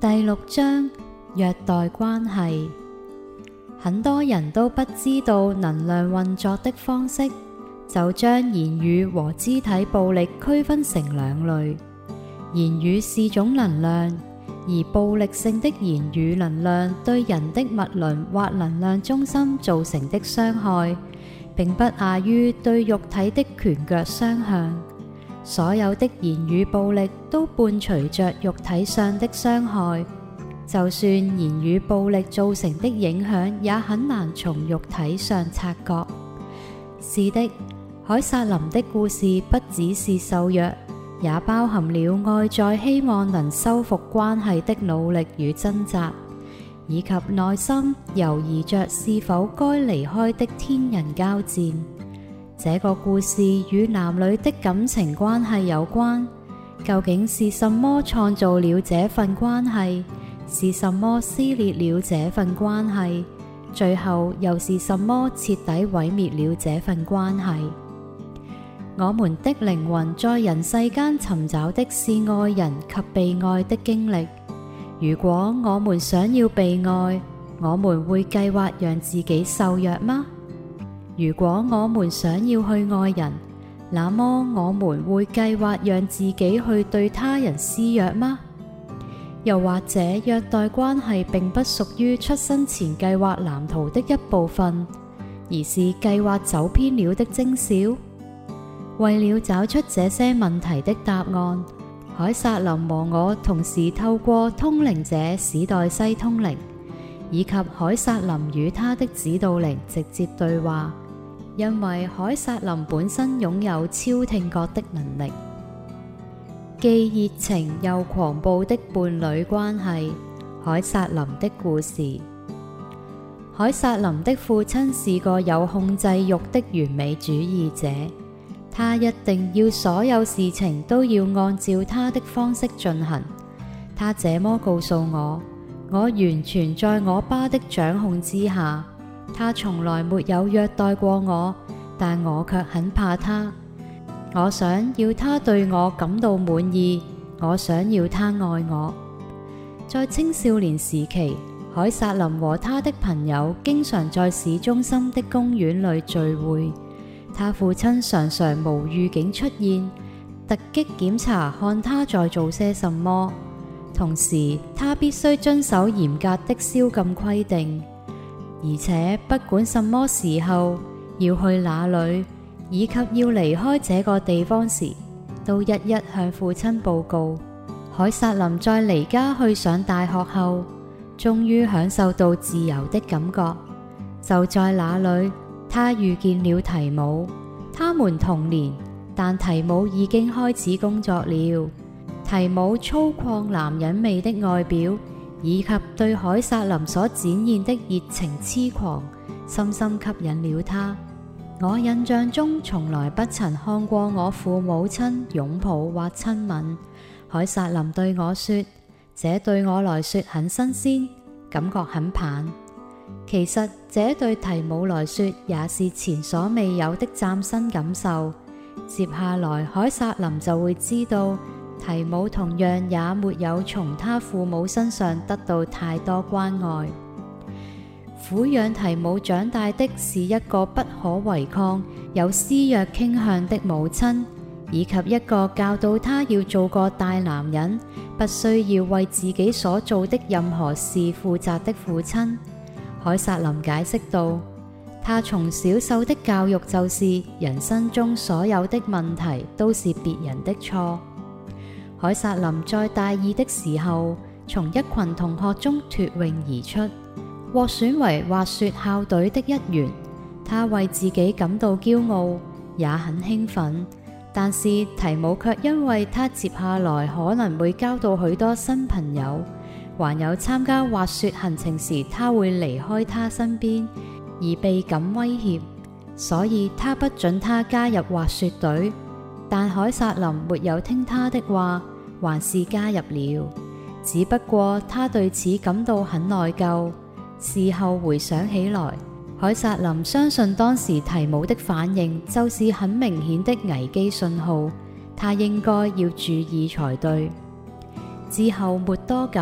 第6章，虐待關係。很多人都不知道能量運作的方式，就將言語和肢體暴力區分成2類。言語是種能量，而暴力性的言語能量對人的脈輪或能量中心造成的傷害，並不亞於對肉體的拳腳相向。所有的言語暴力都伴隨着肉體上的傷害，就算言語暴力造成的影響也很難從肉體上察覺。是的，凱薩琳的故事不只是受虐，也包含了外在希望能修復關係的努力與掙扎，以及內心猶豫着是否該離開的天人交戰。這個故事與男女的感情關係有關。究竟是什麼創造了這份關係？是什麼撕裂了這份關係？最後又是什麼徹底毀滅了這份關係？我們的靈魂在人世間尋找的是愛人及被愛的經歷。如果我們想要被愛，我們會計劃讓自己受虐嗎？如果我們想要去愛人，那麼我們會計劃讓自己去對他人施虐嗎？又或者虐待關係並不屬於出生前計劃藍圖的一部分，而是計劃走偏了的徵兆？為了找出這些問題的答案，凱薩琳和我同時透過通靈者史黛西通靈，以及凱薩琳與他的指導靈直接對話。因為凱薩琳本身擁有超聽覺的能力。既熱情又狂暴的伴侶關係，凱薩琳的故事。凱薩琳的父親是個有控制欲的完美主義者，他一定要所有事情都要按照他的方式進行。他這麼告訴我，我完全在我爸的掌控之下。他從來沒有虐待過我，但我卻很怕他。我想要他對我感到滿意，我想要他愛我。在青少年時期，凱薩琳和他的朋友經常在市中心的公園裏聚會。他父親常常無預警出現，突擊檢查看他在做些什麼，同時他必須遵守嚴格的宵禁規定。而且不管什麼時候要去哪裏，以及要離開這個地方時，都一一向父親報告。凱薩琳在離家去上大學後，終於享受到自由的感覺。就在那裏，他遇見了提姆。他們同年，但提姆已經開始工作了。提姆粗獷男人味的外表，以及對凱薩琳所展現的熱情痴狂，深深吸引了他。我印象中從來不曾看過我父母親擁抱或親吻。凱薩琳對我說，這對我來說很新鮮，感覺很棒。其實這對提姆來說也是前所未有的嶄新感受。接下來凱薩琳就會知道，提姆同樣也沒有從他父母身上得到太多關愛。撫養提姆長大的是一個不可違抗、有施虐傾向的母親，以及一個教導他要做個大男人，不需要為自己所做的任何事負責的父親。凱薩琳解釋道，他從小受的教育就是人生中所有的問題都是別人的錯。凱薩琳在大二的時候，從一群同學中脫穎而出，獲選為滑雪校隊的一員。他為自己感到驕傲，也很興奮。但是提姆卻因為他接下來可能會交到許多新朋友，還有參加滑雪行程時他會離開他身邊，而倍感威脅，所以他不准他加入滑雪隊。但凱薩琳沒有聽他的話，還是加入了。只不過他對此感到很內疚。事後回想起來，凱薩琳相信當時提姆的反應就是很明顯的危機信號，他應該要注意才對。之後沒多久，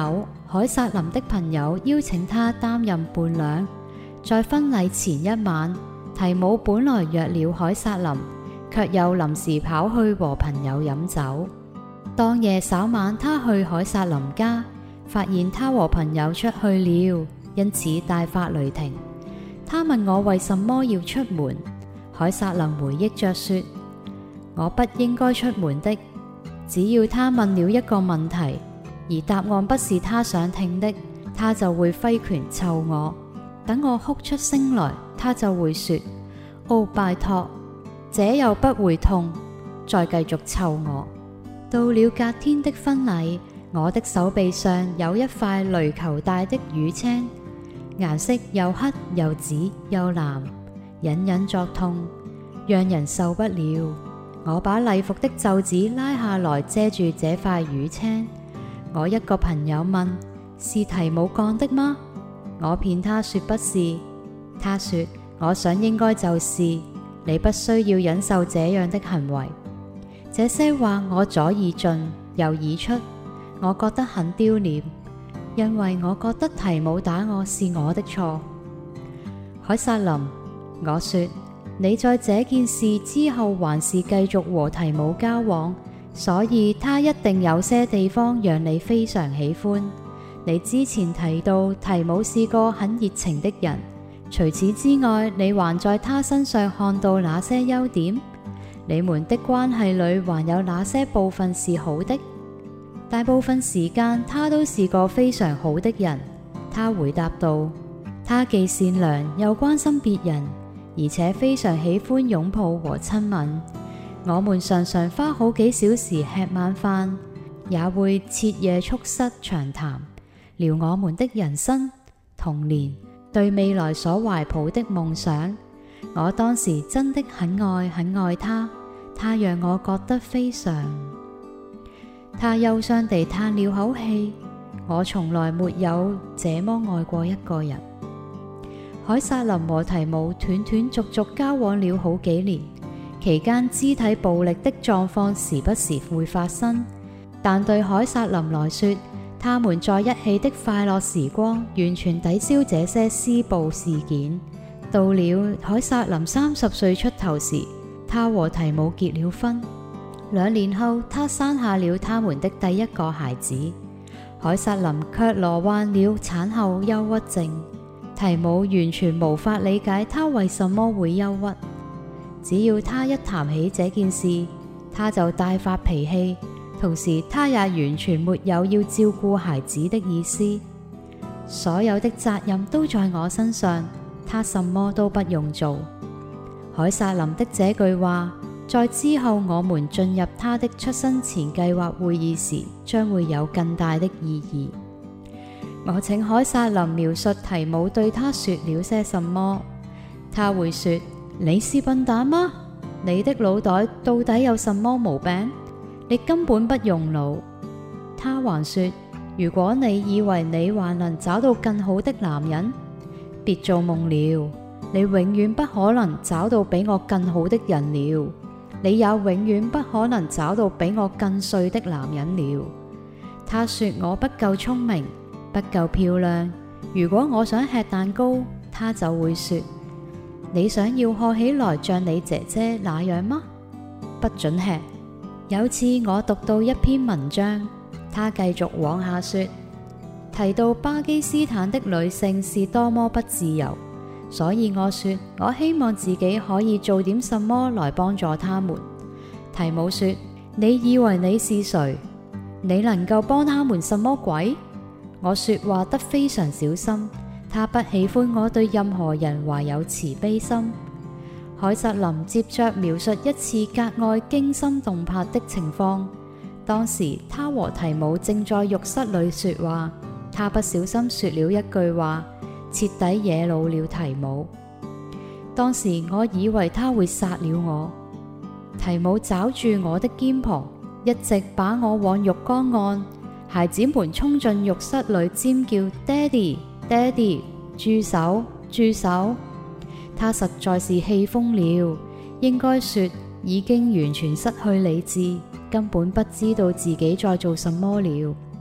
凱撒林的朋友邀請他擔任伴娘。在婚禮前一晚，提姆本來約了凱撒林，卻又臨時跑去和朋友飲酒。當夜稍晚，他去凱撒林家，發現他和朋友出去了，因此大發雷霆。他問我為什麼要出門，凱撒林回憶着說：我不應該出門的。只要他問了一個問題，而答案不是他想聽的，他就會揮拳臭我。等我哭出聲來，他就會說：哦，拜託，這又不會痛，再繼續臭我。到了隔天的婚禮，我的手臂上有一塊壘球大的瘀青，顏色又黑又紫又藍，隱隱作痛，讓人受不了。我把禮服的袖子拉下來遮住這塊瘀青。我一個朋友問：是提姆幹的嗎？我騙他說不是。他說：我想應該就是，你不需要忍受這樣的行為。這些話我左耳進右耳出，我覺得很丟臉，因為我覺得提姆打我是我的錯。凱撒林，我說，你在這件事之後還是繼續和提姆交往，所以他一定有些地方讓你非常喜歡。你之前提到提姆是個很熱情的人，除此之外，你還在他身上看到哪些優點？你們的關係裏還有哪些部分是好的？大部分時間他都是個非常好的人。他回答道，他既善良又關心別人，而且非常喜歡擁抱和親吻。我們常常花好幾小時吃晚飯，也會徹夜促膝長談，聊我們的人生、童年、對未來所懷抱的夢想。我當時真的很愛他，他讓我覺得非常……他憂傷地嘆了口氣，我從來沒有這麼愛過一個人。凱撒林和提姆斷斷續續交往了好幾年，期間肢體暴力的狀況時不時會發生，但對凱撒林來說，他們在一起的快樂時光完全抵消這些施暴事件。到了凱撒林30歲出頭時，他和提姆結了婚。2年後，他生下了他們的第一個孩子。凱撒林卻罹患了產後憂鬱症。提姆完全無法理解他為什麼會憂鬱。只要他一談起這件事，他就大發脾氣，同時他也完全沒有要照顧孩子的意思。所有的責任都在我身上，他什麼都不用做。凱撒林的這句話，在之後我們進入他的出生前計劃會議時，將會有更大的意義。我請凱撒林描述提姆對他說了些什麼。他會說：你是笨蛋嗎？你的腦袋到底有什麼毛病？你根本不用腦。他還說：如果你以為你還能找到更好的男人，別做夢了，你永遠不可能找到比我更好的人了，你也永遠不可能找到比我更帥的男人了。他說我不夠聰明，不夠漂亮。如果我想吃蛋糕，他就會說：你想要看起來像你姐姐那樣嗎？不准吃。有次我讀到一篇文章，他繼續往下說，提到巴基斯坦的女性是多麼不自由，所以我說我希望自己可以做點什麼來幫助他們。提姆說：你以為你是誰？你能夠幫他們什麼鬼？我說話得非常小心，他不喜歡我對任何人懷有慈悲心。凱撒林接着描述一次格外驚心動魄的情況。當時他和提姆正在浴室裏說話，他不小心說了一句話，徹底惹怒了提姆。當時我以為他會殺了我。提姆抓住我的肩膀，一直把我往浴缸按。孩子們衝進浴室裏尖叫：爹哋，爹哋，住手，住手！他實在是氣瘋了，應該說已經完全失去理智，根本不知道自己在做什麼了。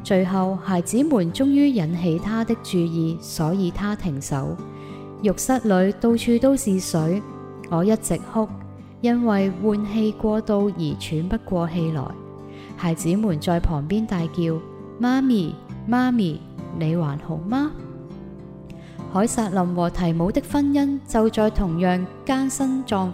最後，孩子們終於引起他的注意，所以他停手。浴室裏到處都是水，我一直哭，因為換氣過度而喘不過氣來。孩子們在旁邊大叫：媽咪，媽咪，你還好嗎？凱薩琳和提姆的婚姻就在同樣艱辛狀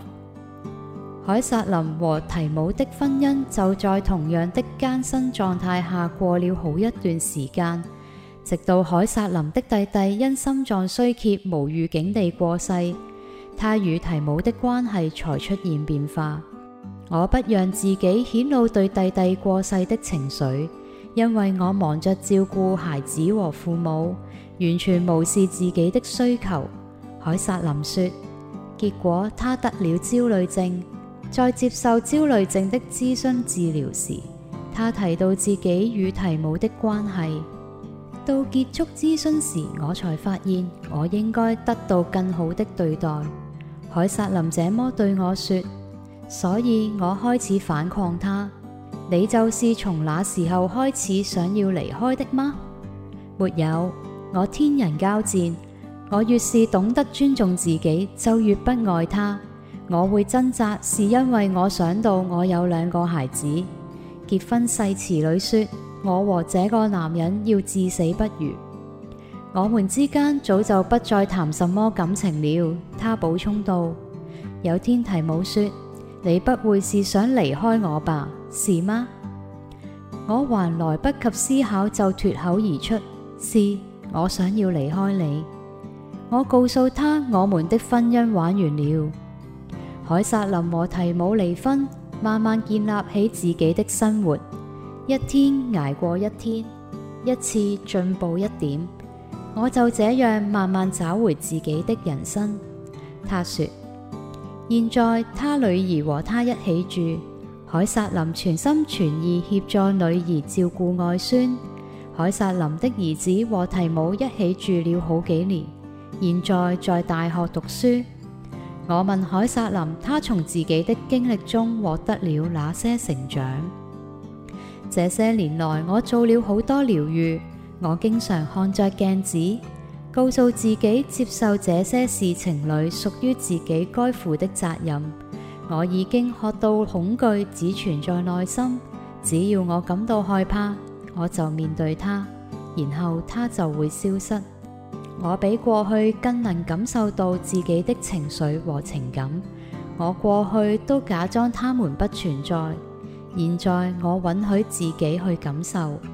的艱辛狀態下過了好一段時間，直到凱薩琳的弟弟因心臟衰竭無預警地過世，他與提姆的關係才出現變化。我不讓自己顯露對弟弟過世的情緒，因為我忙着照顧孩子和父母，完全無視自己的需求。凱薩琳說，結果他得了焦慮症。在接受焦慮症的諮詢治療時，他提到自己與提姆的關係。到結束諮詢時，我才發現我應該得到更好的對待。凱薩琳這麼對我說，所以我開始反抗他。你就是從那時候開始想要離開的嗎？沒有，我天人交戰。我越是懂得尊重自己，就越不愛他。我會掙扎，是因為我想到我有2個孩子。結婚誓詞裏說，我和這個男人要至死不渝。我們之間早就不再談什麼感情了，他補充道。有天提姆說，你不會是想離開我吧，是嗎？我還來不及思考就脫口而出，是，我想要離開你。我告訴他，我們的婚姻玩完了。凱薩琳和提姆離婚，慢慢建立起自己的生活，一天捱過一天，一次進步一點，我就這樣慢慢找回自己的人生。他說，現在他女兒和他一起住，凱薩琳全心全意協助女兒照顧外孫。凱薩琳的兒子和提姆一起住了好幾年，現在大學讀書。我問凱薩琳，他從自己的經歷中獲得了哪些成長？這些年來，我做了好多療癒。我經常看着鏡子，告訴自己接受這些事情裏屬於自己該負的責任。我已經學到恐懼只存在內心，只要我感到害怕，我就面對它，然後它就會消失。我比過去更能感受到自己的情緒和情感，我過去都假裝它們不存在，現在我允許自己去感受。